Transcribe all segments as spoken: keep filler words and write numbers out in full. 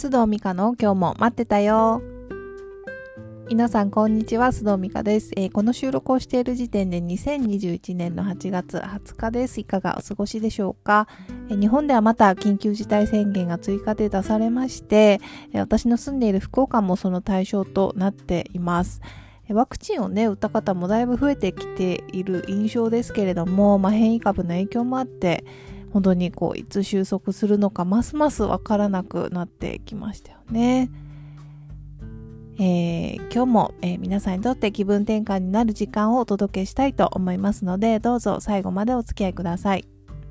須藤美香の今日も待ってたよ。皆さんこんにちは、須藤美香です、えー、この収録をしている時点でにせんにじゅういちねんのはちがつはつかです。いかがお過ごしでしょうか。えー、日本ではまた緊急事態宣言が追加で出されまして、えー、私の住んでいる福岡もその対象となっています。ワクチンをね打った方もだいぶ増えてきている印象ですけれども、まあ、変異株の影響もあって本当にこういつ収束するのかますますわからなくなってきましたよね。えー、今日も、えー、皆さんにとって気分転換になる時間をお届けしたいと思いますので、どうぞ最後までお付き合いください。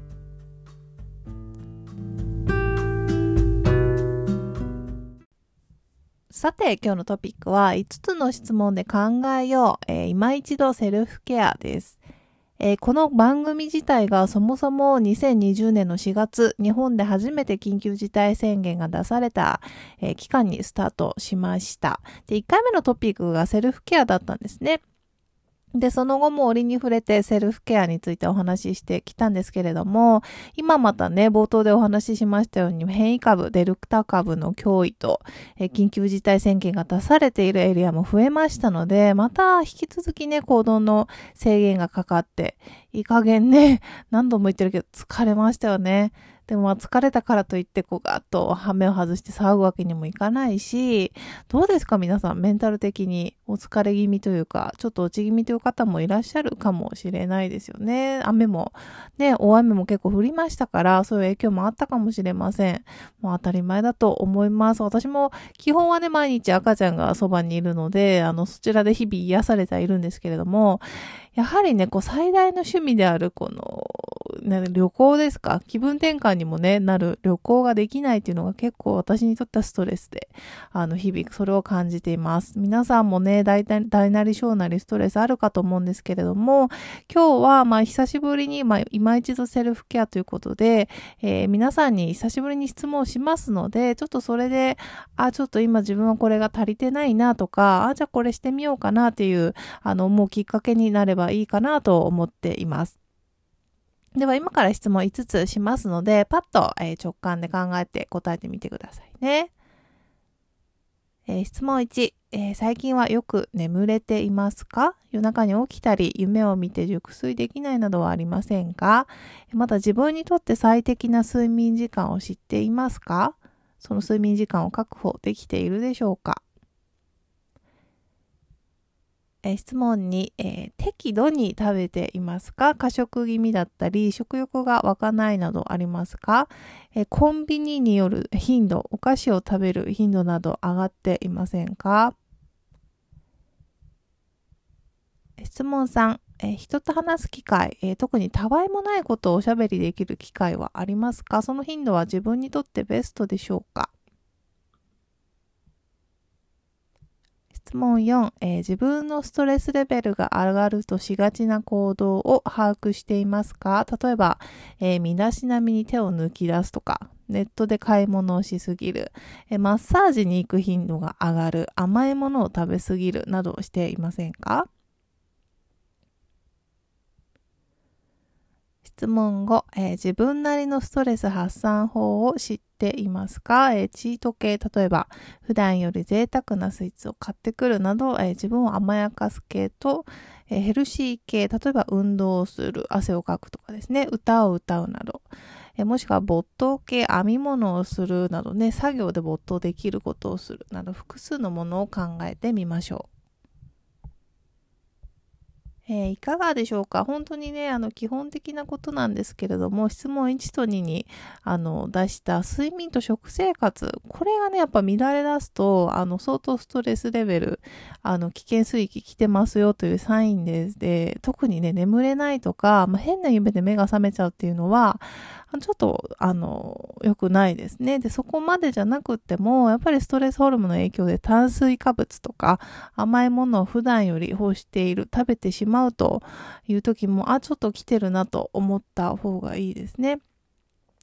さて今日のトピックはいつつの質問で考えよう、えー、今一度セルフケアです。えー、この番組自体がそもそもにせんにじゅうねんのしがつ、日本で初めて緊急事態宣言が出された、えー、期間にスタートしました。で、いっかいめのトピックがセルフケアだったんですね。で、その後も折に触れてセルフケアについてお話ししてきたんですけれども、今またね、冒頭でお話ししましたように変異株、デルタ株の脅威と、え緊急事態宣言が出されているエリアも増えましたので、また引き続きね、行動の制限がかかって、いい加減ね、何度も言ってるけど疲れましたよね。でも疲れたからといってこうガッと羽目を外して騒ぐわけにもいかないし、どうですか皆さん、メンタル的にお疲れ気味というかちょっと落ち気味という方もいらっしゃるかもしれないですよね。雨もね、大雨も結構降りましたから、そういう影響もあったかもしれません。もう当たり前だと思います。私も基本はね、毎日赤ちゃんがそばにいるので、あのそちらで日々癒されてはいるんですけれども、やはりね、こう最大の趣味であるこの、ね、旅行ですか、気分転換にもね、なる旅行ができないっていうのが結構私にとってはストレスで、あの日々それを感じています。皆さんもね、大体大なり小なりストレスあるかと思うんですけれども、今日はまあ久しぶりに、まあ今一度セルフケアということで、えー、皆さんに久しぶりに質問をしますので、ちょっとそれで、あ、ちょっと今自分はこれが足りてないなとか、あ、じゃあこれしてみようかなっていう、あの、もうきっかけになればいいかなと思っています。では今から質問いつつしますので、パッと、えー、直感で考えて答えてみてくださいね。えー、質問いち、えー、最近はよく眠れていますか？夜中に起きたり、夢を見て熟睡できないなどはありませんか？また自分にとって最適な睡眠時間を知っていますか？その睡眠時間を確保できているでしょうか？えー、質問に、えー、適度に食べていますか？過食気味だったり、食欲が湧かないなどありますか？えー、コンビニによる頻度、お菓子を食べる頻度など上がっていませんか？質問さん、えー、人と話す機会、えー、特にたわいもないことをおしゃべりできる機会はありますか？その頻度は自分にとってベストでしょうか？質問よん、えー、自分のストレスレベルが上がるとしがちな行動を把握していますか？例えば、えー、身だしなみに手を抜き出すとか、ネットで買い物をしすぎる、えー、マッサージに行く頻度が上がる、甘いものを食べすぎるなどしていませんか？質問ご、えー、自分なりのストレス発散法を知っていますか？えー、チート系、例えば普段より贅沢なスイーツを買ってくるなど、えー、自分を甘やかす系と、えー、ヘルシー系、例えば運動をする、汗をかくとかですね、歌を歌うなど、えー、もしくは没頭系、編み物をするなどね、作業で没頭できることをするなど複数のものを考えてみましょう。えー、いかがでしょうか。本当にね、あの基本的なことなんですけれども、質問いちとににあの出した睡眠と食生活、これがねやっぱ乱れ出すと、あの相当ストレスレベル、あの危険水域来てますよというサインです。で、特にね眠れないとか、まあ、変な夢で目が覚めちゃうっていうのはちょっとあの良くないですね。で、そこまでじゃなくっても、やっぱりストレスホルモンの影響で炭水化物とか甘いものを普段より欲している、食べてしまうという時も、あ、ちょっと来てるなと思った方がいいですね。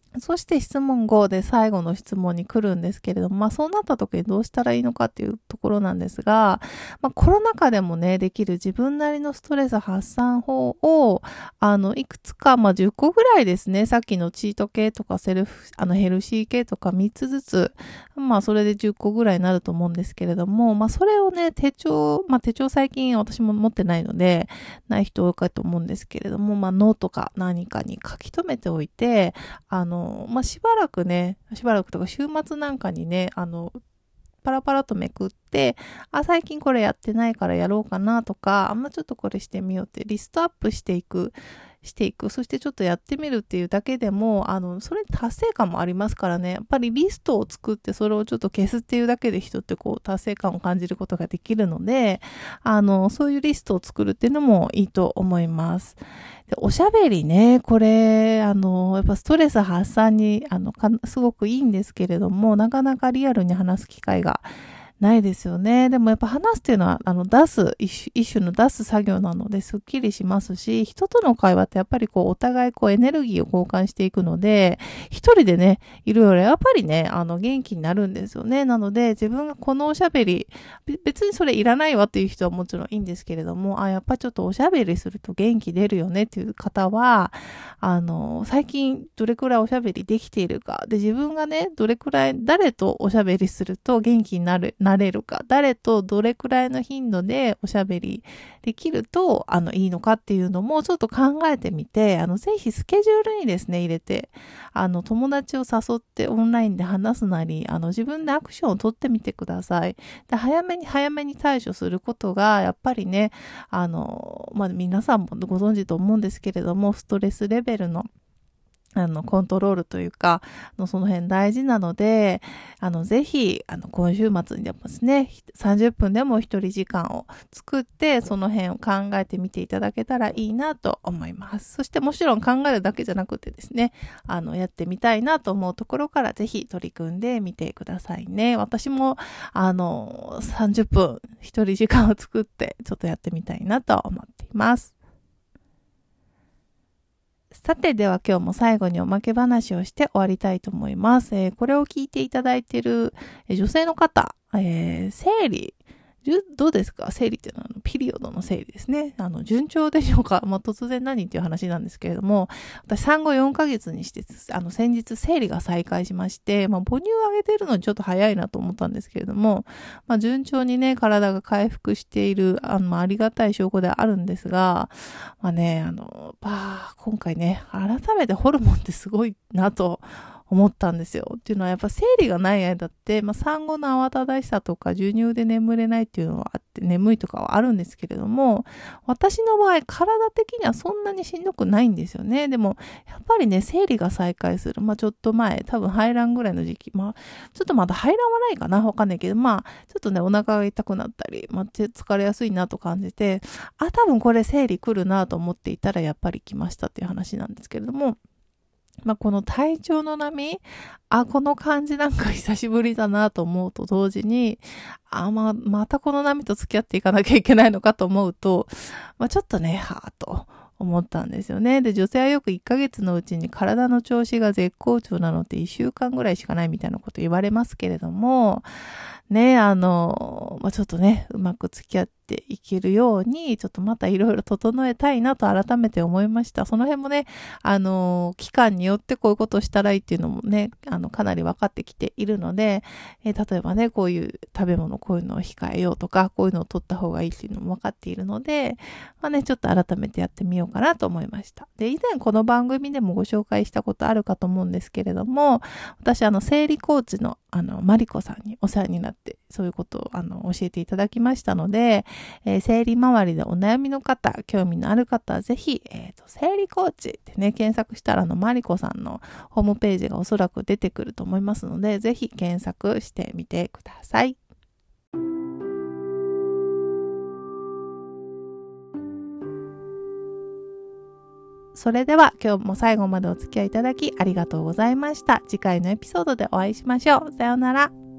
そして質問ごで最後の質問に来るんですけれども、まあそうなった時にどうしたらいいのかっていうところなんですが、まあコロナ禍でもね、できる自分なりのストレス発散法を、あの、いくつか、まあじゅっこぐらいですね、さっきのチート系とかセルフ、あのヘルシー系とかみっつずつ、まあそれでじゅっこぐらいになると思うんですけれども、まあそれをね、手帳、まあ手帳最近私も持ってないので、ない人多いかと思うんですけれども、まあノートか何かに書き留めておいて、あの、まあ、しばらくね、しばらくとか週末なんかにね、あの、パラパラとめくって、あ、最近これやってないからやろうかなとか、あんまちょっとこれしてみようってリストアップしていく、していく。そしてちょっとやってみるっていうだけでも、あの、それ達成感もありますからね。やっぱりリストを作ってそれをちょっと消すっていうだけで人ってこう達成感を感じることができるので、あの、そういうリストを作るっていうのもいいと思います。で、おしゃべりね、これ、あの、やっぱストレス発散に、あの、かすごくいいんですけれども、なかなかリアルに話す機会がないですよね。でもやっぱ話すっていうのは、あの、出す、一種、一種の出す作業なので、すっきりしますし、人との会話ってやっぱりこう、お互いこう、エネルギーを交換していくので、一人でね、いるよりやっぱりね、あの、元気になるんですよね。なので、自分がこのおしゃべり、別にそれいらないわっていう人はもちろんいいんですけれども、あ、やっぱちょっとおしゃべりすると元気出るよねっていう方は、あの、最近どれくらいおしゃべりできているか、で、自分がね、どれくらい、誰とおしゃべりすると元気になる、なれるか、誰とどれくらいの頻度でおしゃべりできると、あの、いいのかっていうのもちょっと考えてみて、あの、ぜひスケジュールにですね、入れて、あの、友達を誘ってオンラインで話すなり、あの、自分でアクションを取ってみてください。で、早めに早めに対処することが、やっぱりね、あの、まあ、皆さんもご存知と思うんですけれども、ストレスレベルのあの、コントロールというか、のその辺大事なので、あの、ぜひ、あの、今週末にでもですね、さんじゅっぷんでも一人時間を作って、その辺を考えてみていただけたらいいなと思います。そしてもちろん考えるだけじゃなくてですね、あの、やってみたいなと思うところからぜひ取り組んでみてくださいね。私も、あの、さんじゅっぷん一人時間を作って、ちょっとやってみたいなと思っています。さて、では今日も最後におまけ話をして終わりたいと思います。えー、これを聞いていただいている女性の方、えー、生理、どうですか？生理っていうのはあのピリオドの生理ですね。あの、順調でしょうか？まあ、突然何っていう話なんですけれども、私産後よんかげつにして、あの、先日生理が再開しまして、まあ、母乳をあげてるのにちょっと早いなと思ったんですけれども、まあ、順調にね、体が回復している、あの、まあ、ありがたい証拠ではあるんですが、まあね、あの、ば今回ね、改めてホルモンってすごいなと、思ったんですよ。っていうのはやっぱ生理がない間って、まあ、産後の慌ただしさとか授乳で眠れないっていうのはあって、眠いとかはあるんですけれども、私の場合体的にはそんなにしんどくないんですよね。でも、やっぱりね、生理が再開する。まあ、ちょっと前、多分排卵ぐらいの時期、まあ、ちょっとまだ排卵はないかなわかんないけど、まあ、ちょっとね、お腹が痛くなったり、まあ、疲れやすいなと感じて、あ、多分これ生理来るなと思っていたらやっぱり来ましたっていう話なんですけれども、まあ、この体調の波、あ、この感じなんか久しぶりだなと思うと同時に、あ、まあ、またこの波と付き合っていかなきゃいけないのかと思うと、まあ、ちょっとね、はぁと思ったんですよね。で、女性はよくいっかげつのうちに体の調子が絶好調なのっていっしゅうかんぐらいしかないみたいなこと言われますけれども、ね、あの、まあ、ちょっとね、うまく付き合っていけるように、ちょっとまたいろいろ整えたいなと改めて思いました。その辺もね、あの、期間によってこういうことをしたらいいっていうのもね、あの、かなり分かってきているので、えー、例えばね、こういう食べ物、こういうのを控えようとか、こういうのを取った方がいいっていうのも分かっているので、まあね、ちょっと改めてやってみようかなと思いました。で、以前この番組でもご紹介したことあるかと思うんですけれども、私、あの、生理コーチの、あの、マリコさんにお世話になって、そういうことを、あの、教えていただきましたので、えー、生理周りでお悩みの方、興味のある方はぜひ、えっと、生理コーチってね、検索したら、あの、マリコさんのホームページがおそらく出てくると思いますので、ぜひ検索してみてください。それでは今日も最後までお付き合いいただきありがとうございました。次回のエピソードでお会いしましょう。さようなら。